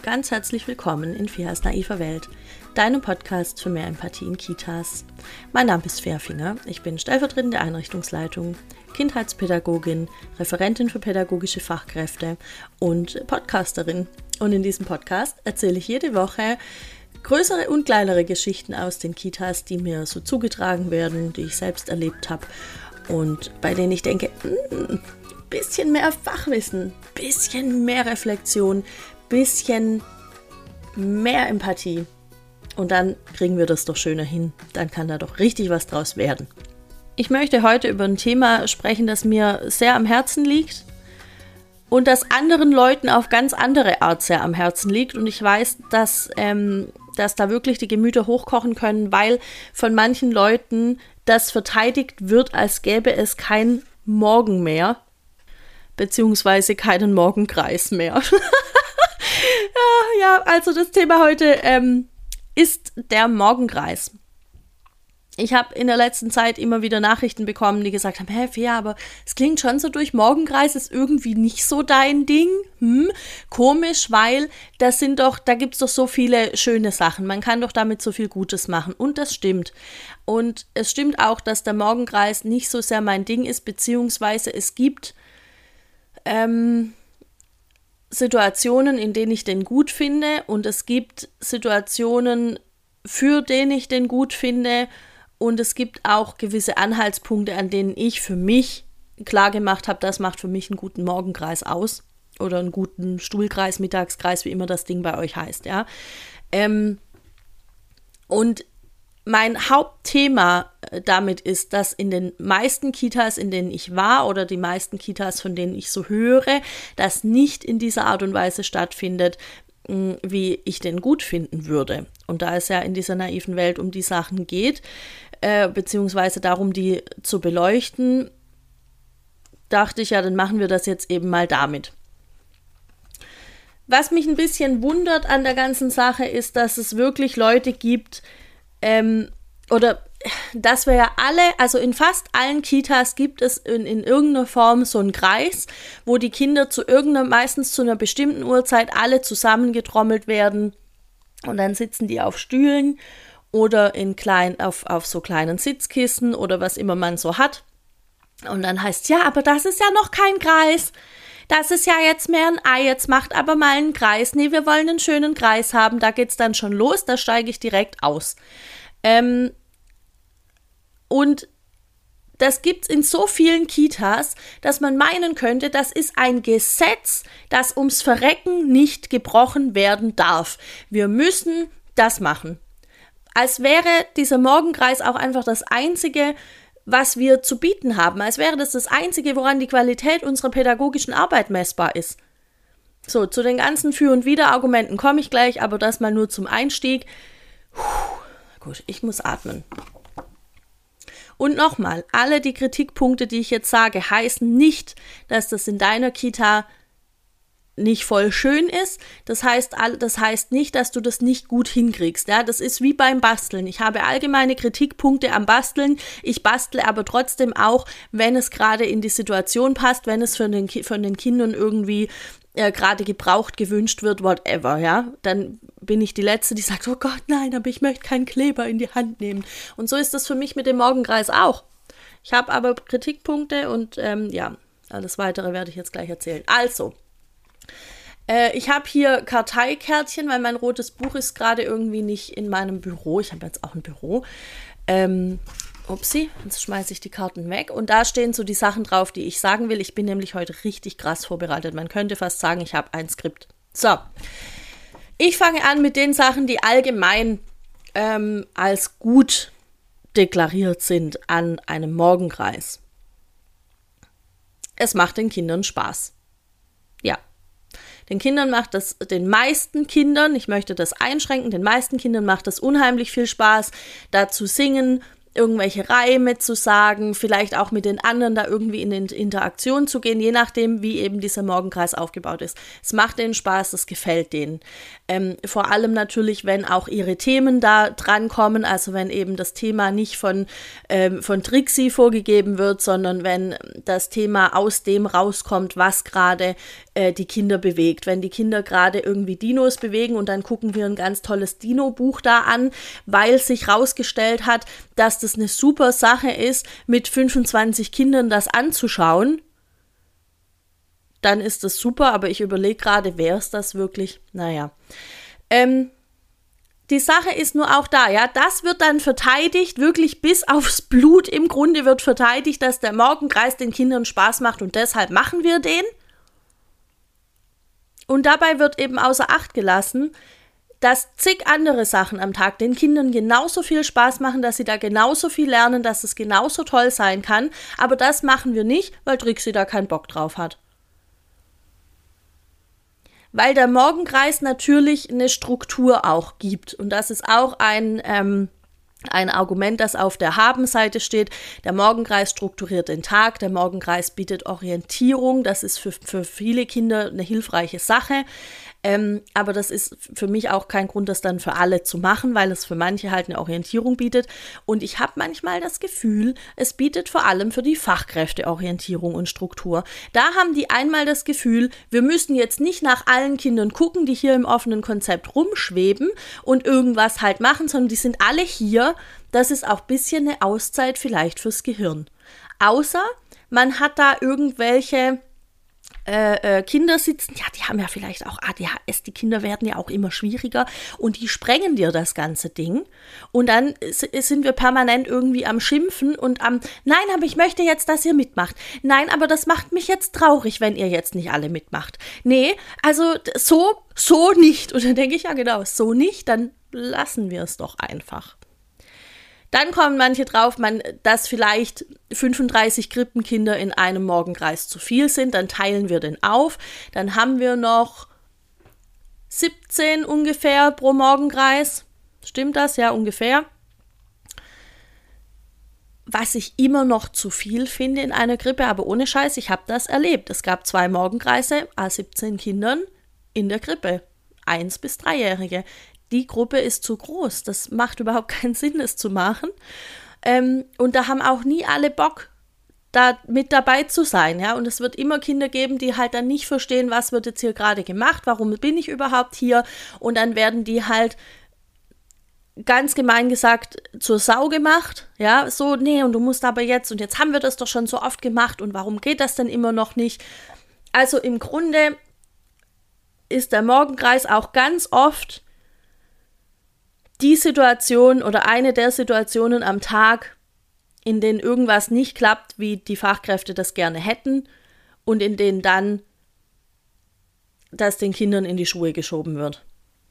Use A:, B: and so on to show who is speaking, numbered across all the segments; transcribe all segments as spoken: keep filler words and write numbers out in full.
A: ganz herzlich willkommen in Fias naiver Welt, deinem Podcast für mehr Empathie in Kitas. Mein Name ist Fia Finger, ich bin stellvertretende Einrichtungsleitung, Kindheitspädagogin, Referentin für pädagogische Fachkräfte und Podcasterin. Und in diesem Podcast erzähle ich jede Woche größere und kleinere Geschichten aus den Kitas, die mir so zugetragen werden, die ich selbst erlebt habe und bei denen ich denke, ein bisschen mehr Fachwissen, bisschen mehr Reflexion, bisschen mehr Empathie. Und dann kriegen wir das doch schöner hin. Dann kann da doch richtig was draus werden. Ich möchte heute über ein Thema sprechen, das mir sehr am Herzen liegt und das anderen Leuten auf ganz andere Art sehr am Herzen liegt. Und ich weiß, dass, ähm, dass da wirklich die Gemüter hochkochen können, weil von manchen Leuten das verteidigt wird, als gäbe es kein Morgen mehr, beziehungsweise keinen Morgenkreis mehr. ja, also das Thema heute ähm, ist der Morgenkreis. Ich habe in der letzten Zeit immer wieder Nachrichten bekommen, die gesagt haben, hä, Fia, aber es klingt schon so durch, Morgenkreis ist irgendwie nicht so dein Ding. Hm, komisch, weil das sind doch, da gibt es doch so viele schöne Sachen. Man kann doch damit so viel Gutes machen. Und das stimmt. Und es stimmt auch, dass der Morgenkreis nicht so sehr mein Ding ist, beziehungsweise es gibt ähm, Situationen, in denen ich den gut finde, und es gibt Situationen, für denen ich den gut finde. Und es gibt auch gewisse Anhaltspunkte, an denen ich für mich klar gemacht habe, das macht für mich einen guten Morgenkreis aus. Oder einen guten Stuhlkreis, Mittagskreis, wie immer das Ding bei euch heißt. Ja. Ähm, und mein Hauptthema damit ist, dass in den meisten Kitas, in denen ich war, oder die meisten Kitas, von denen ich so höre, das nicht in dieser Art und Weise stattfindet, wie ich den gut finden würde. Und da es ja in dieser naiven Welt um die Sachen geht, äh, beziehungsweise darum, die zu beleuchten, dachte ich ja, dann machen wir das jetzt eben mal damit. Was mich ein bisschen wundert an der ganzen Sache ist, dass es wirklich Leute gibt, ähm, oder dass wir ja alle, also in fast allen Kitas gibt es in, in irgendeiner Form so einen Kreis, wo die Kinder zu irgendeiner, meistens zu einer bestimmten Uhrzeit alle zusammengetrommelt werden und dann sitzen die auf Stühlen oder in klein, auf, auf so kleinen Sitzkissen oder was immer man so hat. Und dann heißt es, ja, aber das ist ja noch kein Kreis. Das ist ja jetzt mehr ein Ei, jetzt macht aber mal einen Kreis. Nee, wir wollen einen schönen Kreis haben, da geht's dann schon los, da steige ich direkt aus. Ähm, und das gibt's in so vielen Kitas, dass man meinen könnte, das ist ein Gesetz, das ums Verrecken nicht gebrochen werden darf. Wir müssen das machen. Als wäre dieser Morgenkreis auch einfach das Einzige, was wir zu bieten haben. Als wäre das das Einzige, woran die Qualität unserer pädagogischen Arbeit messbar ist. So, zu den ganzen Für- und Wider-Argumenten komme ich gleich, aber das mal nur zum Einstieg. Puh, gut, ich muss atmen. Und nochmal, alle die Kritikpunkte, die ich jetzt sage, heißen nicht, dass das in deiner Kita nicht voll schön ist. Das heißt, das heißt nicht, dass du das nicht gut hinkriegst. Ja, das ist wie beim Basteln. Ich habe allgemeine Kritikpunkte am Basteln. Ich bastle aber trotzdem auch, wenn es gerade in die Situation passt, wenn es von den, von den Kindern irgendwie äh, gerade gebraucht, gewünscht wird, whatever. Ja, dann bin ich die Letzte, die sagt, oh Gott, nein, aber ich möchte keinen Kleber in die Hand nehmen. Und so ist das für mich mit dem Morgenkreis auch. Ich habe aber Kritikpunkte und ähm, ja, alles Weitere werde ich jetzt gleich erzählen. Also, äh, ich habe hier Karteikärtchen, weil mein rotes Buch ist gerade irgendwie nicht in meinem Büro. Ich habe jetzt auch ein Büro. Ähm, upsi, jetzt schmeiße ich die Karten weg. Und da stehen so die Sachen drauf, die ich sagen will. Ich bin nämlich heute richtig krass vorbereitet. Man könnte fast sagen, ich habe ein Skript. So. Ich fange an mit den Sachen, die allgemein ähm, als gut deklariert sind an einem Morgenkreis. Es macht den Kindern Spaß. Ja, den Kindern macht das, den meisten Kindern, ich möchte das einschränken, den meisten Kindern macht das unheimlich viel Spaß, da zu singen, irgendwelche Reime zu sagen, vielleicht auch mit den anderen da irgendwie in Interaktion zu gehen, je nachdem, wie eben dieser Morgenkreis aufgebaut ist. Es macht denen Spaß, es gefällt denen. Ähm, vor allem natürlich, wenn auch ihre Themen da drankommen, also wenn eben das Thema nicht von, ähm, von Trixie vorgegeben wird, sondern wenn das Thema aus dem rauskommt, was gerade äh, die Kinder bewegt. Wenn die Kinder gerade irgendwie Dinos bewegen und dann gucken wir ein ganz tolles Dino-Buch da an, weil sich rausgestellt hat, dass das eine super Sache ist, mit fünfundzwanzig Kindern das anzuschauen, dann ist das super, aber ich überlege gerade, wer ist das wirklich? Naja. Ähm, die Sache ist nur auch da, ja, das wird dann verteidigt, wirklich bis aufs Blut im Grunde wird verteidigt, dass der Morgenkreis den Kindern Spaß macht und deshalb machen wir den. Und dabei wird eben außer Acht gelassen, dass zig andere Sachen am Tag den Kindern genauso viel Spaß machen, dass sie da genauso viel lernen, dass es genauso toll sein kann, aber das machen wir nicht, weil Trixie da keinen Bock drauf hat. Weil der Morgenkreis natürlich eine Struktur auch gibt. Und das ist auch ein, ähm, ein Argument, das auf der Habenseite steht. Der Morgenkreis strukturiert den Tag, der Morgenkreis bietet Orientierung. Das ist für, für viele Kinder eine hilfreiche Sache. Ähm, aber das ist für mich auch kein Grund, das dann für alle zu machen, weil es für manche halt eine Orientierung bietet. Und ich habe manchmal das Gefühl, es bietet vor allem für die Fachkräfte Orientierung und Struktur. Da haben die einmal das Gefühl, wir müssen jetzt nicht nach allen Kindern gucken, die hier im offenen Konzept rumschweben und irgendwas halt machen, sondern die sind alle hier. Das ist auch ein bisschen eine Auszeit vielleicht fürs Gehirn. Außer man hat da irgendwelche Äh, äh, Kinder sitzen, ja, die haben ja vielleicht auch A D H S, die Kinder werden ja auch immer schwieriger und die sprengen dir das ganze Ding und dann s- sind wir permanent irgendwie am Schimpfen und am, nein, aber ich möchte jetzt, dass ihr mitmacht. Nein, aber das macht mich jetzt traurig, wenn ihr jetzt nicht alle mitmacht. Nee, also so, so nicht. Und dann denke ich, ja genau, so nicht, dann lassen wir es doch einfach. Dann kommen manche drauf, man, dass vielleicht fünfunddreißig Krippenkinder in einem Morgenkreis zu viel sind. Dann teilen wir den auf. Dann haben wir noch siebzehn ungefähr pro Morgenkreis. Stimmt das? Ja, ungefähr. Was ich immer noch zu viel finde in einer Krippe, aber ohne Scheiß, ich habe das erlebt. Es gab zwei Morgenkreise, a siebzehn Kindern in der Krippe. Eins- bis Dreijährige. Die Gruppe ist zu groß. Das macht überhaupt keinen Sinn, es zu machen. Ähm, und da haben auch nie alle Bock, da mit dabei zu sein. Ja? Und es wird immer Kinder geben, die halt dann nicht verstehen, was wird jetzt hier gerade gemacht, warum bin ich überhaupt hier? Und dann werden die halt ganz gemein gesagt zur Sau gemacht. Ja, so, nee, und du musst aber jetzt, und jetzt haben wir das doch schon so oft gemacht und warum geht das denn immer noch nicht? Also im Grunde ist der Morgenkreis auch ganz oft die Situation oder eine der Situationen am Tag, in denen irgendwas nicht klappt, wie die Fachkräfte das gerne hätten und in denen dann das den Kindern in die Schuhe geschoben wird.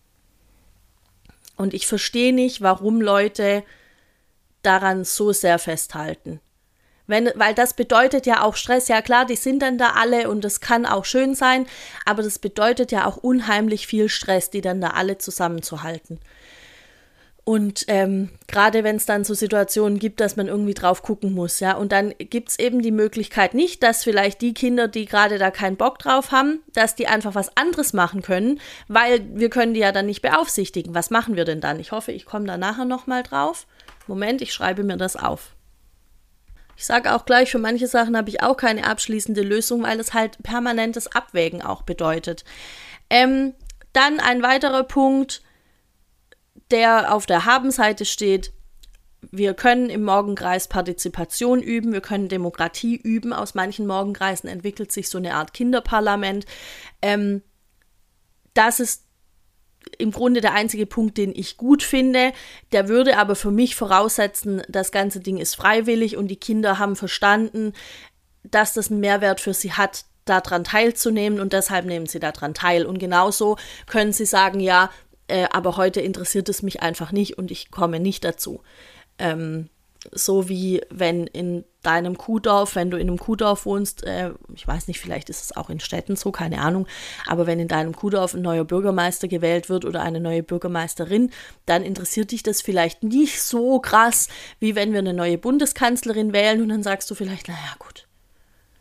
A: Und ich verstehe nicht, warum Leute daran so sehr festhalten. Wenn, weil das bedeutet ja auch Stress. Ja klar, die sind dann da alle und das kann auch schön sein, aber das bedeutet ja auch unheimlich viel Stress, die dann da alle zusammenzuhalten. Und ähm, gerade wenn es dann so Situationen gibt, dass man irgendwie drauf gucken muss, ja, und dann gibt es eben die Möglichkeit nicht, dass vielleicht die Kinder, die gerade da keinen Bock drauf haben, dass die einfach was anderes machen können, weil wir können die ja dann nicht beaufsichtigen. Was machen wir denn dann? Ich hoffe, ich komme da nachher nochmal drauf. Moment, ich schreibe mir das auf. Ich sage auch gleich, für manche Sachen habe ich auch keine abschließende Lösung, weil es halt permanentes Abwägen auch bedeutet. Ähm, dann ein weiterer Punkt, der auf der Habenseite steht: Wir können im Morgenkreis Partizipation üben, wir können Demokratie üben. Aus manchen Morgenkreisen entwickelt sich so eine Art Kinderparlament. Ähm, das ist im Grunde der einzige Punkt, den ich gut finde. Der würde aber für mich voraussetzen, das ganze Ding ist freiwillig und die Kinder haben verstanden, dass das einen Mehrwert für sie hat, daran teilzunehmen, und deshalb nehmen sie daran teil. Und genauso können sie sagen, ja, äh, aber heute interessiert es mich einfach nicht und ich komme nicht dazu. Ähm, so wie wenn in deinem Kuhdorf, wenn du in einem Kuhdorf wohnst, äh, ich weiß nicht, vielleicht ist es auch in Städten so, keine Ahnung, aber wenn in deinem Kuhdorf ein neuer Bürgermeister gewählt wird oder eine neue Bürgermeisterin, dann interessiert dich das vielleicht nicht so krass, wie wenn wir eine neue Bundeskanzlerin wählen und dann sagst du vielleicht, naja gut,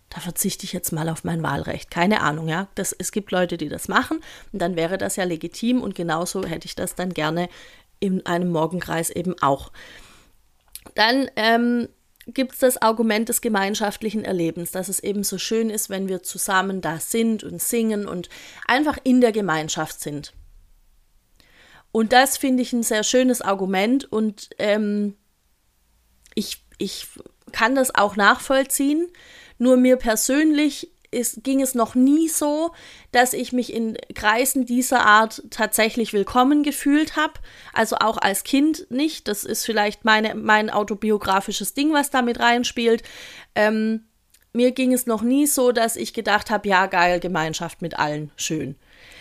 A: da verzichte ich jetzt mal auf mein Wahlrecht. Keine Ahnung, ja. Das, es gibt Leute, die das machen und dann wäre das ja legitim und genauso hätte ich das dann gerne in einem Morgenkreis eben auch. Dann ähm, gibt es das Argument des gemeinschaftlichen Erlebens, dass es eben so schön ist, wenn wir zusammen da sind und singen und einfach in der Gemeinschaft sind. Und das finde ich ein sehr schönes Argument und ähm, ich, ich kann das auch nachvollziehen. Nur mir persönlich ist, ging es noch nie so, dass ich mich in Kreisen dieser Art tatsächlich willkommen gefühlt habe. Also auch als Kind nicht. Das ist vielleicht meine, mein autobiografisches Ding, was da mit reinspielt. Ähm, mir ging es noch nie so, dass ich gedacht habe, ja geil, Gemeinschaft mit allen, schön.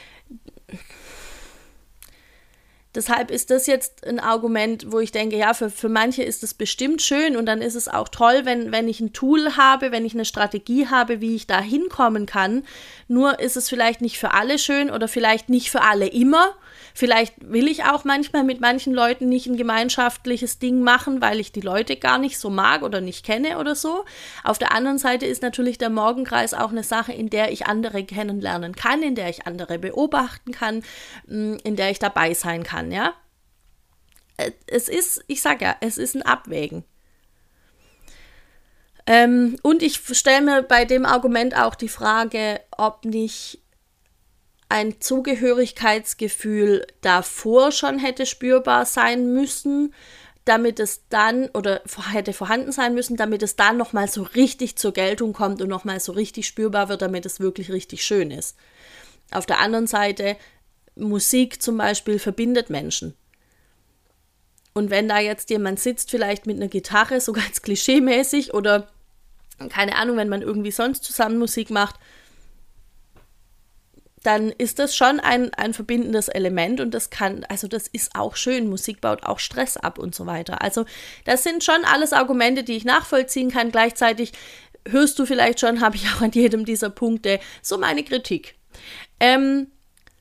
A: Deshalb ist das jetzt ein Argument, wo ich denke, ja, für, für manche ist es bestimmt schön und dann ist es auch toll, wenn, wenn ich ein Tool habe, wenn ich eine Strategie habe, wie ich da hinkommen kann. Nur ist es vielleicht nicht für alle schön oder vielleicht nicht für alle immer. Vielleicht will ich auch manchmal mit manchen Leuten nicht ein gemeinschaftliches Ding machen, weil ich die Leute gar nicht so mag oder nicht kenne oder so. Auf der anderen Seite ist natürlich der Morgenkreis auch eine Sache, in der ich andere kennenlernen kann, in der ich andere beobachten kann, in der ich dabei sein kann, ja. Es ist, ich sage ja, es ist ein Abwägen. Ähm, und ich stelle mir bei dem Argument auch die Frage, ob nicht ein Zugehörigkeitsgefühl davor schon hätte spürbar sein müssen, damit es dann, oder hätte vorhanden sein müssen, damit es dann nochmal so richtig zur Geltung kommt und nochmal so richtig spürbar wird, damit es wirklich richtig schön ist. Auf der anderen Seite, Musik zum Beispiel verbindet Menschen. Und wenn da jetzt jemand sitzt, vielleicht mit einer Gitarre, so ganz klischeemäßig, oder keine Ahnung, wenn man irgendwie sonst zusammen Musik macht, dann ist das schon ein, ein verbindendes Element und das kann, also das ist auch schön, Musik baut auch Stress ab und so weiter. Also das sind schon alles Argumente, die ich nachvollziehen kann. Gleichzeitig hörst du vielleicht schon, habe ich auch an jedem dieser Punkte so meine Kritik. Ähm,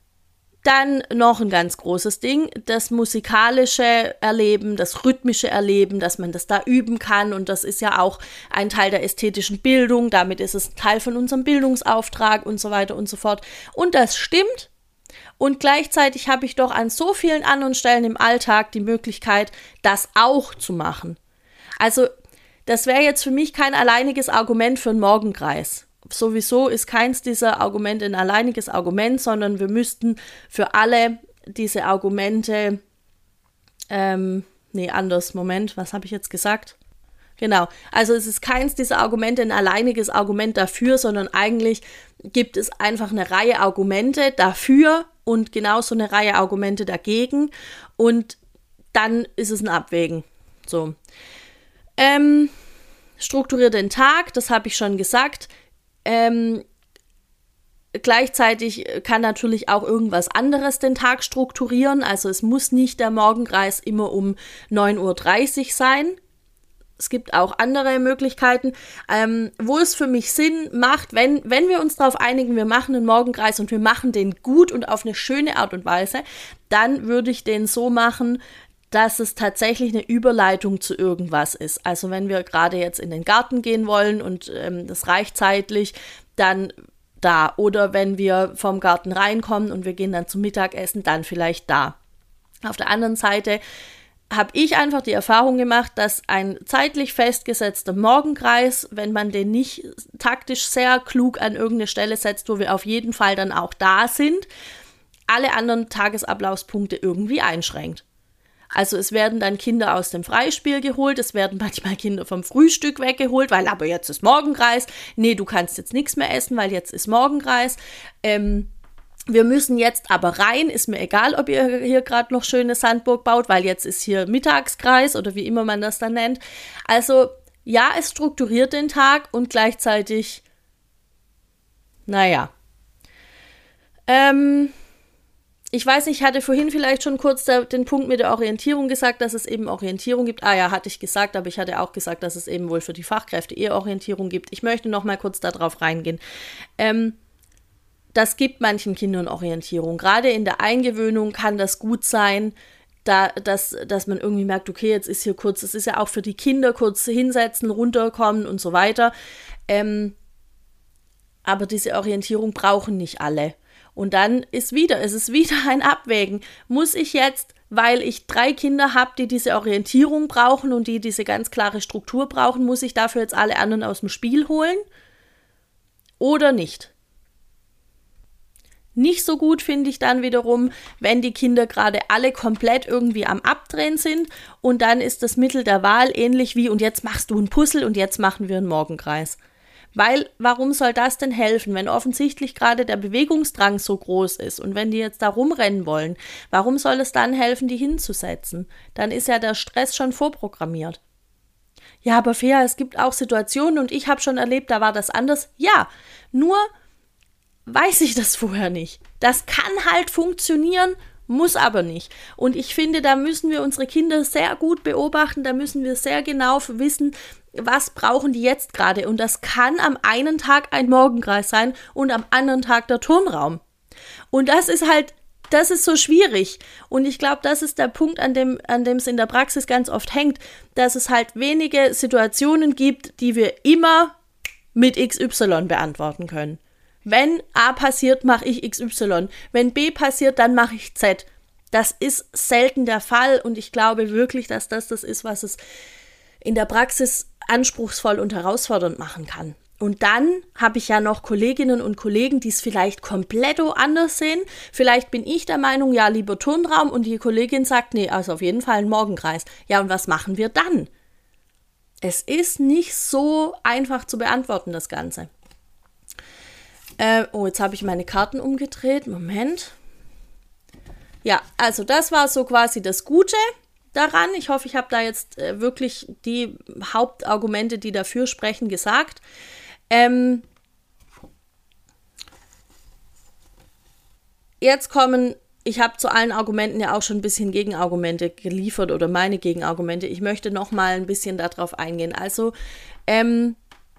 A: Dann noch ein ganz großes Ding, das musikalische Erleben, das rhythmische Erleben, dass man das da üben kann und das ist ja auch ein Teil der ästhetischen Bildung, damit ist es Teil von unserem Bildungsauftrag und so weiter und so fort. Und das stimmt und gleichzeitig habe ich doch an so vielen anderen Stellen im Alltag die Möglichkeit, das auch zu machen. Also das wäre jetzt für mich kein alleiniges Argument für einen Morgenkreis. Sowieso ist keins dieser Argumente ein alleiniges Argument, sondern wir müssten für alle diese Argumente, ähm, nee, anders, Moment, was habe ich jetzt gesagt? Genau, also es ist keins dieser Argumente ein alleiniges Argument dafür, sondern eigentlich gibt es einfach eine Reihe Argumente dafür und genauso eine Reihe Argumente dagegen und dann ist es ein Abwägen. So, ähm, strukturiere den Tag, das habe ich schon gesagt. Ähm, gleichzeitig kann natürlich auch irgendwas anderes den Tag strukturieren. Also es muss nicht der Morgenkreis immer um neun Uhr dreißig sein. Es gibt auch andere Möglichkeiten, ähm, wo es für mich Sinn macht, wenn, wenn wir uns darauf einigen, wir machen einen Morgenkreis und wir machen den gut und auf eine schöne Art und Weise, dann würde ich den so machen, dass es tatsächlich eine Überleitung zu irgendwas ist. Also wenn wir gerade jetzt in den Garten gehen wollen und ähm, das reicht zeitlich, dann da. Oder wenn wir vom Garten reinkommen und wir gehen dann zum Mittagessen, dann vielleicht da. Auf der anderen Seite habe ich einfach die Erfahrung gemacht, dass ein zeitlich festgesetzter Morgenkreis, wenn man den nicht taktisch sehr klug an irgendeine Stelle setzt, wo wir auf jeden Fall dann auch da sind, alle anderen Tagesablaufspunkte irgendwie einschränkt. Also es werden dann Kinder aus dem Freispiel geholt, es werden manchmal Kinder vom Frühstück weggeholt, weil aber jetzt ist Morgenkreis. Nee, du kannst jetzt nichts mehr essen, weil jetzt ist Morgenkreis. Ähm, wir müssen jetzt aber rein, ist mir egal, ob ihr hier gerade noch schöne Sandburg baut, weil jetzt ist hier Mittagskreis oder wie immer man das dann nennt. Also ja, es strukturiert den Tag und gleichzeitig, naja, ähm... Ich weiß nicht, ich hatte vorhin vielleicht schon kurz da, den Punkt mit der Orientierung gesagt, dass es eben Orientierung gibt. Ah ja, hatte ich gesagt, aber ich hatte auch gesagt, dass es eben wohl für die Fachkräfte eher Orientierung gibt. Ich möchte noch mal kurz darauf reingehen. Ähm, das gibt manchen Kindern Orientierung. Gerade in der Eingewöhnung kann das gut sein, da, dass, dass man irgendwie merkt, okay, jetzt ist hier kurz, es ist ja auch für die Kinder kurz hinsetzen, runterkommen und so weiter. Ähm, Aber diese Orientierung brauchen nicht alle. Und dann ist wieder, es ist wieder ein Abwägen. Muss ich jetzt, weil ich drei Kinder habe, die diese Orientierung brauchen und die diese ganz klare Struktur brauchen, muss ich dafür jetzt alle anderen aus dem Spiel holen? Oder nicht? Nicht so gut finde ich dann wiederum, wenn die Kinder gerade alle komplett irgendwie am Abdrehen sind und dann ist das Mittel der Wahl ähnlich wie und jetzt machst du ein Puzzle und jetzt machen wir einen Morgenkreis. Weil, warum soll das denn helfen, wenn offensichtlich gerade der Bewegungsdrang so groß ist und wenn die jetzt da rumrennen wollen, warum soll es dann helfen, die hinzusetzen? Dann ist ja der Stress schon vorprogrammiert. Ja, aber Fea, es gibt auch Situationen und ich habe schon erlebt, da war das anders. Ja, nur weiß ich das vorher nicht. Das kann halt funktionieren, muss aber nicht. Und ich finde, da müssen wir unsere Kinder sehr gut beobachten, da müssen wir sehr genau wissen, was brauchen die jetzt gerade. Und das kann am einen Tag ein Morgenkreis sein und am anderen Tag der Turnraum. Und das ist halt, das ist so schwierig. Und ich glaube, das ist der Punkt, an dem, an dem es in der Praxis ganz oft hängt, dass es halt wenige Situationen gibt, die wir immer mit X Y beantworten können. Wenn A passiert, mache ich X Y. Wenn B passiert, dann mache ich Z. Das ist selten der Fall und ich glaube wirklich, dass das das ist, was es in der Praxis anspruchsvoll und herausfordernd machen kann. Und dann habe ich ja noch Kolleginnen und Kollegen, die es vielleicht komplett anders sehen. Vielleicht bin ich der Meinung, ja, lieber Turnraum und die Kollegin sagt, nee, also auf jeden Fall ein Morgenkreis. Ja, und was machen wir dann? Es ist nicht so einfach zu beantworten, das Ganze. Äh, oh, jetzt habe ich meine Karten umgedreht. Moment. Ja, also das war so quasi das Gute daran. Ich hoffe, ich habe da jetzt äh, wirklich die Hauptargumente, die dafür sprechen, gesagt. Ähm, jetzt kommen, ich habe zu allen Argumenten ja auch schon ein bisschen Gegenargumente geliefert oder meine Gegenargumente. Ich möchte noch mal ein bisschen darauf eingehen. Also, ähm,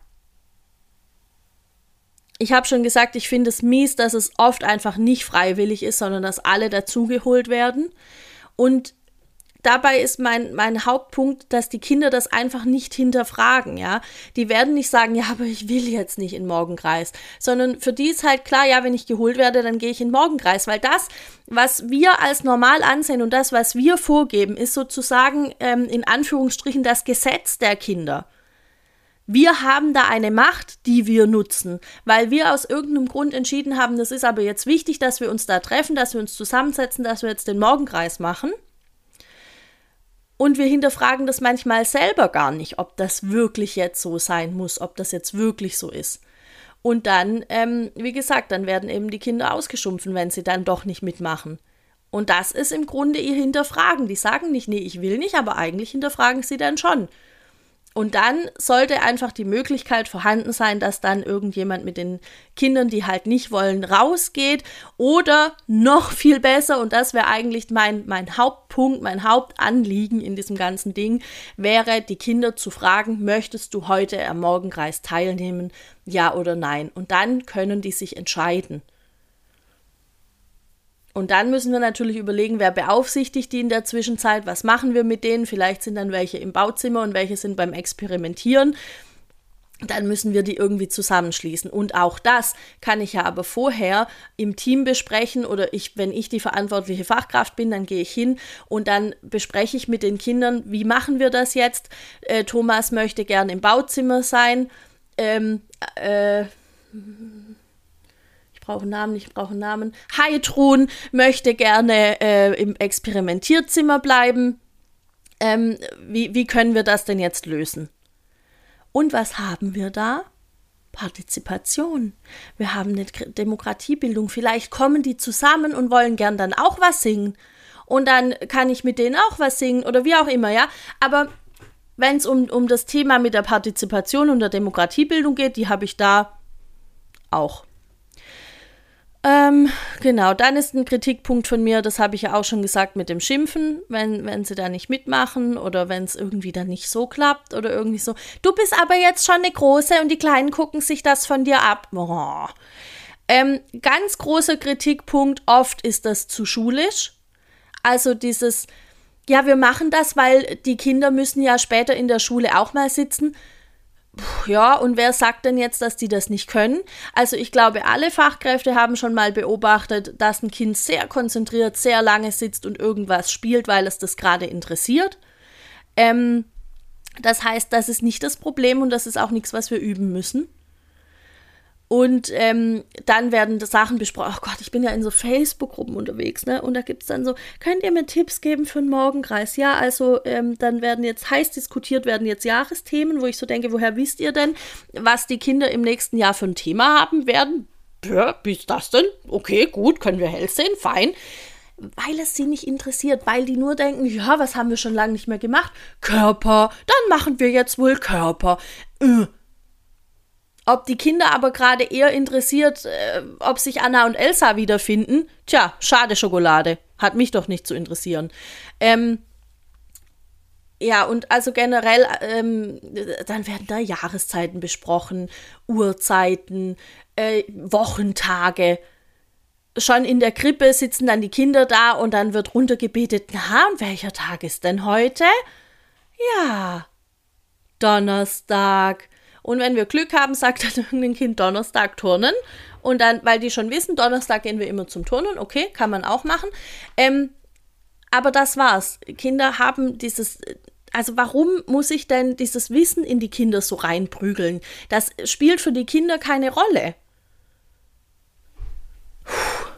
A: ich habe schon gesagt, ich finde es mies, dass es oft einfach nicht freiwillig ist, sondern dass alle dazugeholt werden. Und dabei ist mein, mein Hauptpunkt, dass die Kinder das einfach nicht hinterfragen, ja. Die werden nicht sagen, ja, aber ich will jetzt nicht in den Morgenkreis, sondern für die ist halt klar, ja, wenn ich geholt werde, dann gehe ich in den Morgenkreis, weil das, was wir als normal ansehen und das, was wir vorgeben, ist sozusagen ähm, in Anführungsstrichen das Gesetz der Kinder. Wir haben da eine Macht, die wir nutzen, weil wir aus irgendeinem Grund entschieden haben, das ist aber jetzt wichtig, dass wir uns da treffen, dass wir uns zusammensetzen, dass wir jetzt den Morgenkreis machen. Und wir hinterfragen das manchmal selber gar nicht, ob das wirklich jetzt so sein muss, ob das jetzt wirklich so ist. Und dann, ähm, wie gesagt, dann werden eben die Kinder ausgeschumpfen, wenn sie dann doch nicht mitmachen. Und das ist im Grunde ihr Hinterfragen. Die sagen nicht, nee, ich will nicht, aber eigentlich hinterfragen sie dann schon. Und dann sollte einfach die Möglichkeit vorhanden sein, dass dann irgendjemand mit den Kindern, die halt nicht wollen, rausgeht. Oder noch viel besser, und das wäre eigentlich mein, mein Hauptpunkt, mein Hauptanliegen in diesem ganzen Ding, wäre, die Kinder zu fragen, möchtest du heute am Morgenkreis teilnehmen, ja oder nein? Und dann können die sich entscheiden. Und dann müssen wir natürlich überlegen, wer beaufsichtigt die in der Zwischenzeit, was machen wir mit denen, vielleicht sind dann welche im Bauzimmer und welche sind beim Experimentieren. Dann müssen wir die irgendwie zusammenschließen. Und auch das kann ich ja aber vorher im Team besprechen oder ich, wenn ich die verantwortliche Fachkraft bin, dann gehe ich hin und dann bespreche ich mit den Kindern, wie machen wir das jetzt? Äh, Thomas möchte gern im Bauzimmer sein. Ähm, äh, Ich brauche einen Namen, ich brauche einen Namen. Heidrun möchte gerne äh, im Experimentierzimmer bleiben. Ähm, wie, wie können wir das denn jetzt lösen? Und was haben wir da? Partizipation. Wir haben eine Demokratiebildung. Vielleicht kommen die zusammen und wollen gern dann auch was singen. Und dann kann ich mit denen auch was singen oder wie auch immer, ja. Aber wenn es um, um das Thema mit der Partizipation und der Demokratiebildung geht, die habe ich da auch. Ähm, genau, dann ist ein Kritikpunkt von mir, das habe ich ja auch schon gesagt, mit dem Schimpfen, wenn, wenn sie da nicht mitmachen oder wenn es irgendwie dann nicht so klappt oder irgendwie so, du bist aber jetzt schon eine Große und die Kleinen gucken sich das von dir ab. Oh. Ähm, ganz großer Kritikpunkt, oft ist das zu schulisch, also dieses, ja, wir machen das, weil die Kinder müssen ja später in der Schule auch mal sitzen. Ja, und wer sagt denn jetzt, dass die das nicht können? Also ich glaube, alle Fachkräfte haben schon mal beobachtet, dass ein Kind sehr konzentriert, sehr lange sitzt und irgendwas spielt, weil es das gerade interessiert. Ähm, das heißt, das ist nicht das Problem und das ist auch nichts, was wir üben müssen. Und ähm, dann werden Sachen besprochen. Oh Gott, ich bin ja in so Facebook-Gruppen unterwegs, ne? Und da gibt es dann so, könnt ihr mir Tipps geben für einen Morgenkreis? Ja, also ähm, dann werden jetzt heiß diskutiert, werden jetzt Jahresthemen, wo ich so denke, woher wisst ihr denn, was die Kinder im nächsten Jahr für ein Thema haben werden? Ja, wie ist das denn? Okay, gut, können wir hell sehen, fein. Weil es sie nicht interessiert, weil die nur denken, ja, was haben wir schon lange nicht mehr gemacht? Körper, dann machen wir jetzt wohl Körper. Äh. Ob die Kinder aber gerade eher interessiert, äh, ob sich Anna und Elsa wiederfinden, tja, schade Schokolade. Hat mich doch nicht zu interessieren. Ähm, ja, und also generell, ähm, dann werden da Jahreszeiten besprochen, Uhrzeiten, äh, Wochentage. Schon in der Krippe sitzen dann die Kinder da und dann wird runtergebetet, na, und welcher Tag ist denn heute? Ja, Donnerstag. Und wenn wir Glück haben, sagt dann irgendein Kind Donnerstag turnen. Und dann, weil die schon wissen, Donnerstag gehen wir immer zum Turnen. Okay, kann man auch machen. Ähm, aber das war's. Kinder haben dieses, also warum muss ich denn dieses Wissen in die Kinder so reinprügeln? Das spielt für die Kinder keine Rolle. Puh.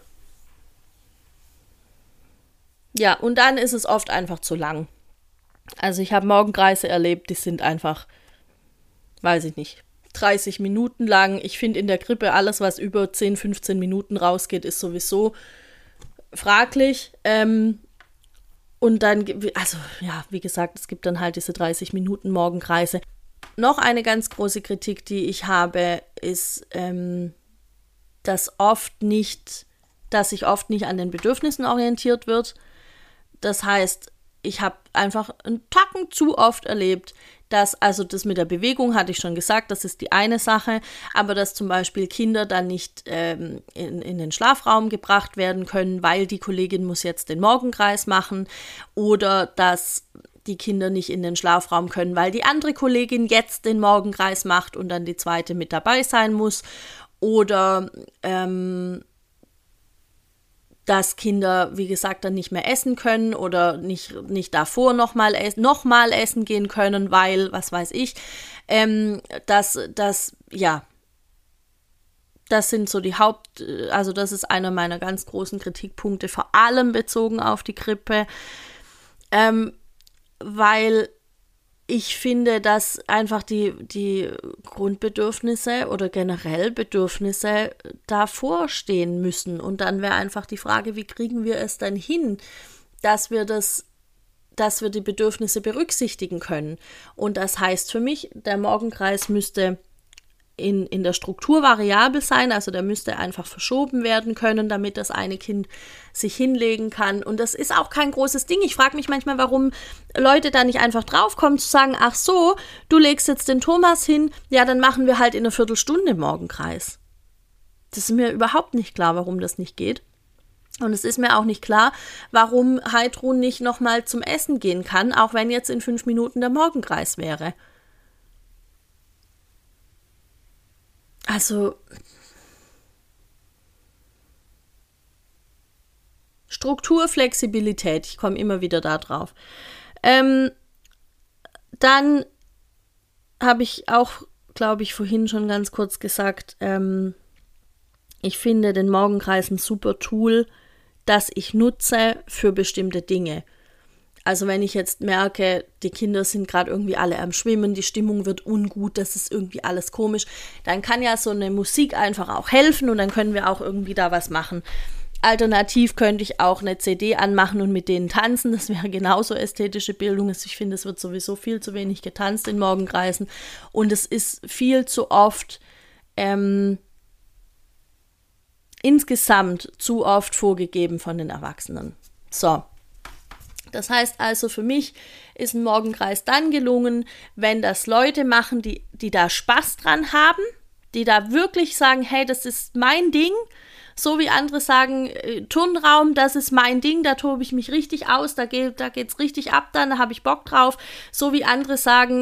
A: Ja, und dann ist es oft einfach zu lang. Also ich habe Morgenkreise erlebt, die sind einfach... weiß ich nicht, dreißig Minuten lang. Ich finde in der Krippe alles, was über zehn, fünfzehn Minuten rausgeht, ist sowieso fraglich. Ähm, und dann, also ja, wie gesagt, es gibt dann halt diese dreißig Minuten Morgenkreise. Noch eine ganz große Kritik, die ich habe, ist, ähm, dass oft nicht, dass sich oft nicht an den Bedürfnissen orientiert wird. Das heißt, ich habe einfach einen Tacken zu oft erlebt, dass, also das mit der Bewegung hatte ich schon gesagt, das ist die eine Sache, aber dass zum Beispiel Kinder dann nicht ähm, in, in den Schlafraum gebracht werden können, weil die Kollegin muss jetzt den Morgenkreis machen, oder dass die Kinder nicht in den Schlafraum können, weil die andere Kollegin jetzt den Morgenkreis macht und dann die zweite mit dabei sein muss, oder ähm, dass Kinder, wie gesagt, dann nicht mehr essen können oder nicht, nicht davor nochmal es, noch mal essen gehen können, weil, was weiß ich, ähm, dass, dass, ja, das sind so die Haupt, also das ist einer meiner ganz großen Kritikpunkte, vor allem bezogen auf die Krippe, ähm, weil ich finde, dass einfach die, die Grundbedürfnisse oder generell Bedürfnisse davor stehen müssen. Und dann wäre einfach die Frage, wie kriegen wir es denn hin, dass wir das, dass wir die Bedürfnisse berücksichtigen können. Und das heißt für mich, der Morgenkreis müsste in, in der Struktur variabel sein, also der müsste einfach verschoben werden können, damit das eine Kind sich hinlegen kann. Und das ist auch kein großes Ding. Ich frage mich manchmal, warum Leute da nicht einfach draufkommen, zu sagen, ach so, du legst jetzt den Thomas hin, ja, dann machen wir halt in einer Viertelstunde Morgenkreis. Das ist mir überhaupt nicht klar, warum das nicht geht. Und es ist mir auch nicht klar, warum Heidrun nicht nochmal zum Essen gehen kann, auch wenn jetzt in fünf Minuten der Morgenkreis wäre. Also, Struktur, Flexibilität, ich komme immer wieder da drauf. Ähm, dann habe ich auch, glaube ich, vorhin schon ganz kurz gesagt, ähm, ich finde den Morgenkreis ein super Tool, das ich nutze für bestimmte Dinge. Also wenn ich jetzt merke, die Kinder sind gerade irgendwie alle am Schwimmen, die Stimmung wird ungut, das ist irgendwie alles komisch, dann kann ja so eine Musik einfach auch helfen und dann können wir auch irgendwie da was machen. Alternativ könnte ich auch eine C D anmachen und mit denen tanzen, das wäre genauso ästhetische Bildung. Ich finde, es wird sowieso viel zu wenig getanzt in Morgenkreisen und es ist viel zu oft ähm, insgesamt zu oft vorgegeben von den Erwachsenen. So. Das heißt also, für mich ist ein Morgenkreis dann gelungen, wenn das Leute machen, die, die da Spaß dran haben, die da wirklich sagen, hey, das ist mein Ding, so wie andere sagen, äh, Turnraum, das ist mein Ding, da tobe ich mich richtig aus, da, geht, da geht's richtig ab dann, da habe ich Bock drauf, so wie andere sagen,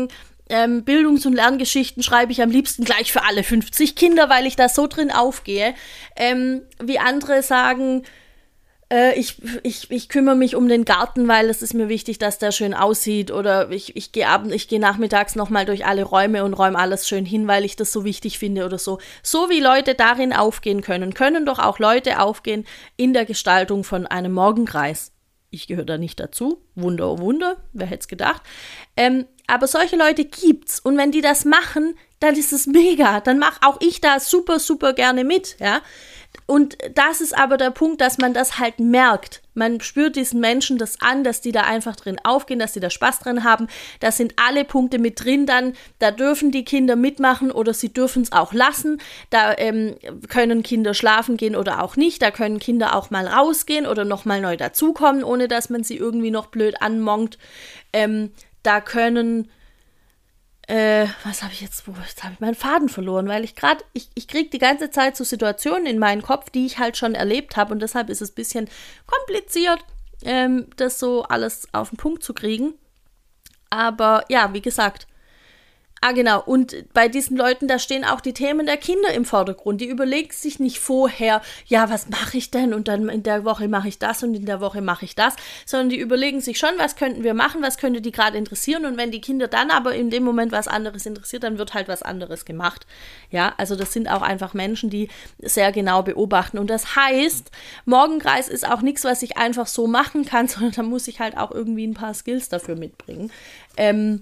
A: ähm, Bildungs- und Lerngeschichten schreibe ich am liebsten gleich für alle fünfzig Kinder, weil ich da so drin aufgehe. Ähm, wie andere sagen, äh, ich, ich, ich kümmere mich um den Garten, weil es ist mir wichtig, dass der schön aussieht. Oder ich, ich gehe abend, ich gehe nachmittags nochmal durch alle Räume und räume alles schön hin, weil ich das so wichtig finde oder so. So wie Leute darin aufgehen können, können doch auch Leute aufgehen in der Gestaltung von einem Morgenkreis. Ich gehöre da nicht dazu. Wunder, oh Wunder, wer hätte es gedacht. Ähm, aber solche Leute gibt's. Und wenn die das machen, dann ist es mega. Dann mache auch ich da super, super gerne mit. Ja? Und das ist aber der Punkt, dass man das halt merkt. Man spürt diesen Menschen das an, dass die da einfach drin aufgehen, dass die da Spaß drin haben. Da sind alle Punkte mit drin dann. Da dürfen die Kinder mitmachen oder sie dürfen es auch lassen. Da ähm, können Kinder schlafen gehen oder auch nicht. Da können Kinder auch mal rausgehen oder nochmal neu dazukommen, ohne dass man sie irgendwie noch blöd anmonkt. Ähm, da können... Äh, was habe ich jetzt, wo, jetzt habe ich meinen Faden verloren, weil ich gerade, ich, ich kriege die ganze Zeit so Situationen in meinen Kopf, die ich halt schon erlebt habe und deshalb ist es ein bisschen kompliziert, ähm, das so alles auf den Punkt zu kriegen. Aber ja, wie gesagt, ah genau, und bei diesen Leuten, da stehen auch die Themen der Kinder im Vordergrund. Die überlegen sich nicht vorher, ja, was mache ich denn und dann in der Woche mache ich das und in der Woche mache ich das, sondern die überlegen sich schon, was könnten wir machen, was könnte die gerade interessieren und wenn die Kinder dann aber in dem Moment was anderes interessiert, dann wird halt was anderes gemacht. Ja, also das sind auch einfach Menschen, die sehr genau beobachten und das heißt, Morgenkreis ist auch nichts, was ich einfach so machen kann, sondern da muss ich halt auch irgendwie ein paar Skills dafür mitbringen. Ähm,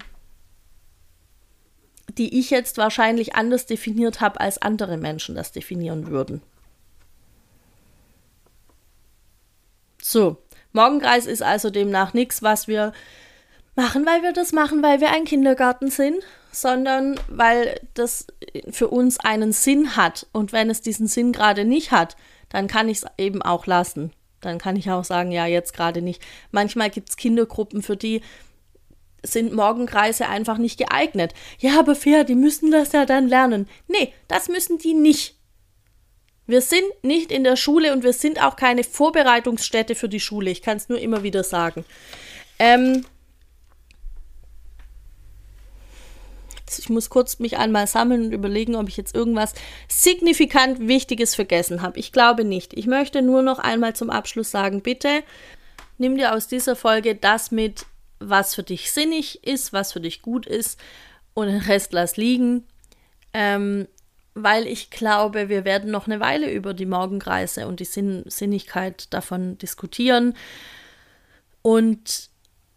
A: die ich jetzt wahrscheinlich anders definiert habe, als andere Menschen das definieren würden. So, Morgenkreis ist also demnach nichts, was wir machen, weil wir das machen, weil wir ein Kindergarten sind, sondern weil das für uns einen Sinn hat. Und wenn es diesen Sinn gerade nicht hat, dann kann ich es eben auch lassen. Dann kann ich auch sagen, ja, jetzt gerade nicht. Manchmal gibt es Kindergruppen, für die sind Morgenkreise einfach nicht geeignet. Ja, aber fair, die müssen das ja dann lernen. Nee, das müssen die nicht. Wir sind nicht in der Schule und wir sind auch keine Vorbereitungsstätte für die Schule. Ich kann es nur immer wieder sagen. Ähm ich muss kurz mich einmal sammeln und überlegen, ob ich jetzt irgendwas signifikant Wichtiges vergessen habe. Ich glaube nicht. Ich möchte nur noch einmal zum Abschluss sagen, bitte nimm dir aus dieser Folge das mit, was für dich sinnig ist, was für dich gut ist und den Rest lass liegen, ähm, weil ich glaube, wir werden noch eine Weile über die Morgenkreise und die Sinn- Sinnigkeit davon diskutieren und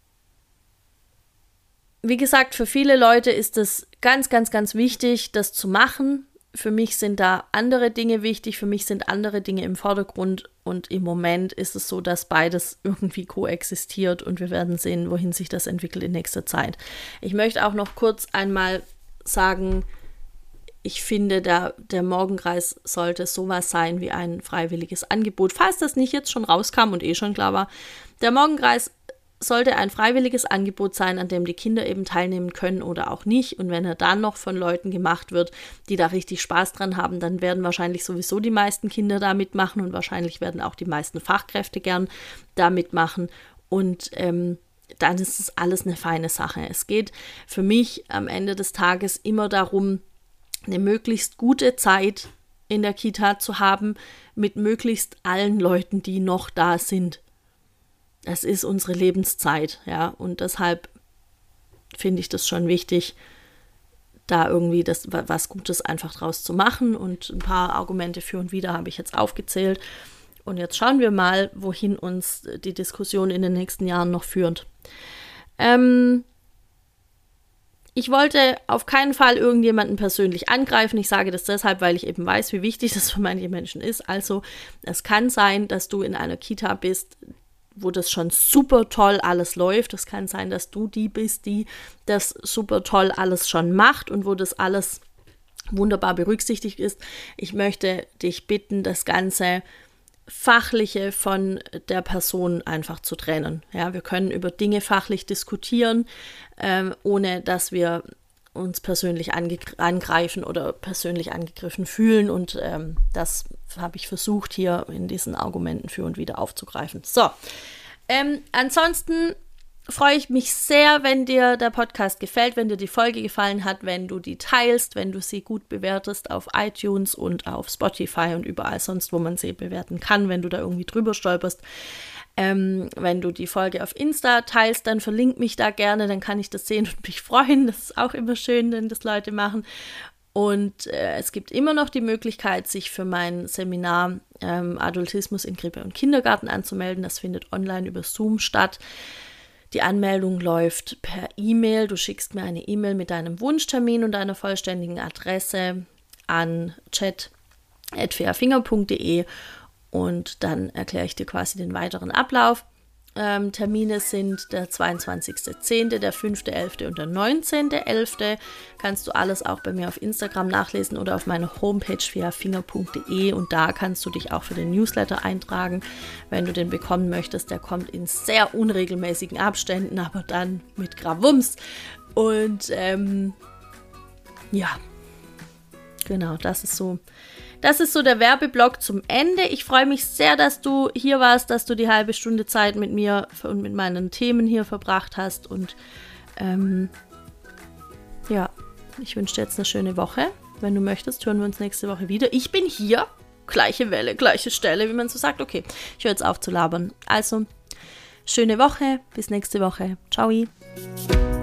A: wie gesagt, für viele Leute ist es ganz, ganz, ganz wichtig, das zu machen. Für mich sind da andere Dinge wichtig, für mich sind andere Dinge im Vordergrund und im Moment ist es so, dass beides irgendwie koexistiert und wir werden sehen, wohin sich das entwickelt in nächster Zeit. Ich möchte auch noch kurz einmal sagen, ich finde, der, der Morgenkreis sollte sowas sein wie ein freiwilliges Angebot, falls das nicht jetzt schon rauskam und eh schon klar war. Der Morgenkreis sollte ein freiwilliges Angebot sein, an dem die Kinder eben teilnehmen können oder auch nicht. Und wenn er dann noch von Leuten gemacht wird, die da richtig Spaß dran haben, dann werden wahrscheinlich sowieso die meisten Kinder da mitmachen und wahrscheinlich werden auch die meisten Fachkräfte gern da mitmachen. Und ähm, dann ist es alles eine feine Sache. Es geht für mich am Ende des Tages immer darum, eine möglichst gute Zeit in der Kita zu haben, mit möglichst allen Leuten, die noch da sind. Das ist unsere Lebenszeit, ja, und deshalb finde ich das schon wichtig, da irgendwie das, was Gutes einfach draus zu machen und ein paar Argumente für und wider habe ich jetzt aufgezählt und jetzt schauen wir mal, wohin uns die Diskussion in den nächsten Jahren noch führt. Ähm, ich wollte auf keinen Fall irgendjemanden persönlich angreifen, ich sage das deshalb, weil ich eben weiß, wie wichtig das für manche Menschen ist, also es kann sein, dass du in einer Kita bist, wo das schon super toll alles läuft. Es kann sein, dass du die bist, die das super toll alles schon macht und wo das alles wunderbar berücksichtigt ist. Ich möchte dich bitten, das Ganze Fachliche von der Person einfach zu trennen. Ja, wir können über Dinge fachlich diskutieren, ähm, ohne dass wir uns persönlich ange- angreifen oder persönlich angegriffen fühlen und ähm, das habe ich versucht hier in diesen Argumenten für und wieder aufzugreifen. So, ähm, ansonsten freue ich mich sehr, wenn dir der Podcast gefällt, wenn dir die Folge gefallen hat, wenn du die teilst, wenn du sie gut bewertest auf iTunes und auf Spotify und überall sonst, wo man sie bewerten kann, wenn du da irgendwie drüber stolperst. Ähm, wenn du die Folge auf Insta teilst, dann verlink mich da gerne, dann kann ich das sehen und mich freuen. Das ist auch immer schön, wenn das Leute machen. Und äh, es gibt immer noch die Möglichkeit, sich für mein Seminar ähm, Adultismus in Krippe und Kindergarten anzumelden. Das findet online über Zoom statt. Die Anmeldung läuft per E-Mail. Du schickst mir eine E-Mail mit deinem Wunschtermin und deiner vollständigen Adresse an chat at fairfinger punkt de und dann erkläre ich dir quasi den weiteren Ablauf. Ähm, Termine sind der zweiundzwanzigster zehnter, der fünfter elfter und der neunzehnter elfter Kannst du alles auch bei mir auf Instagram nachlesen oder auf meiner Homepage fairfinger punkt de und da kannst du dich auch für den Newsletter eintragen, wenn du den bekommen möchtest. Der kommt in sehr unregelmäßigen Abständen, aber dann mit Gravums. Und ähm, ja, genau, das ist so Das ist so der Werbeblock zum Ende. Ich freue mich sehr, dass du hier warst, dass du die halbe Stunde Zeit mit mir und mit meinen Themen hier verbracht hast. Und ähm, ja, ich wünsche dir jetzt eine schöne Woche. Wenn du möchtest, hören wir uns nächste Woche wieder. Ich bin hier. Gleiche Welle, gleiche Stelle, wie man so sagt. Okay, ich höre jetzt auf zu labern. Also, schöne Woche. Bis nächste Woche. Ciao.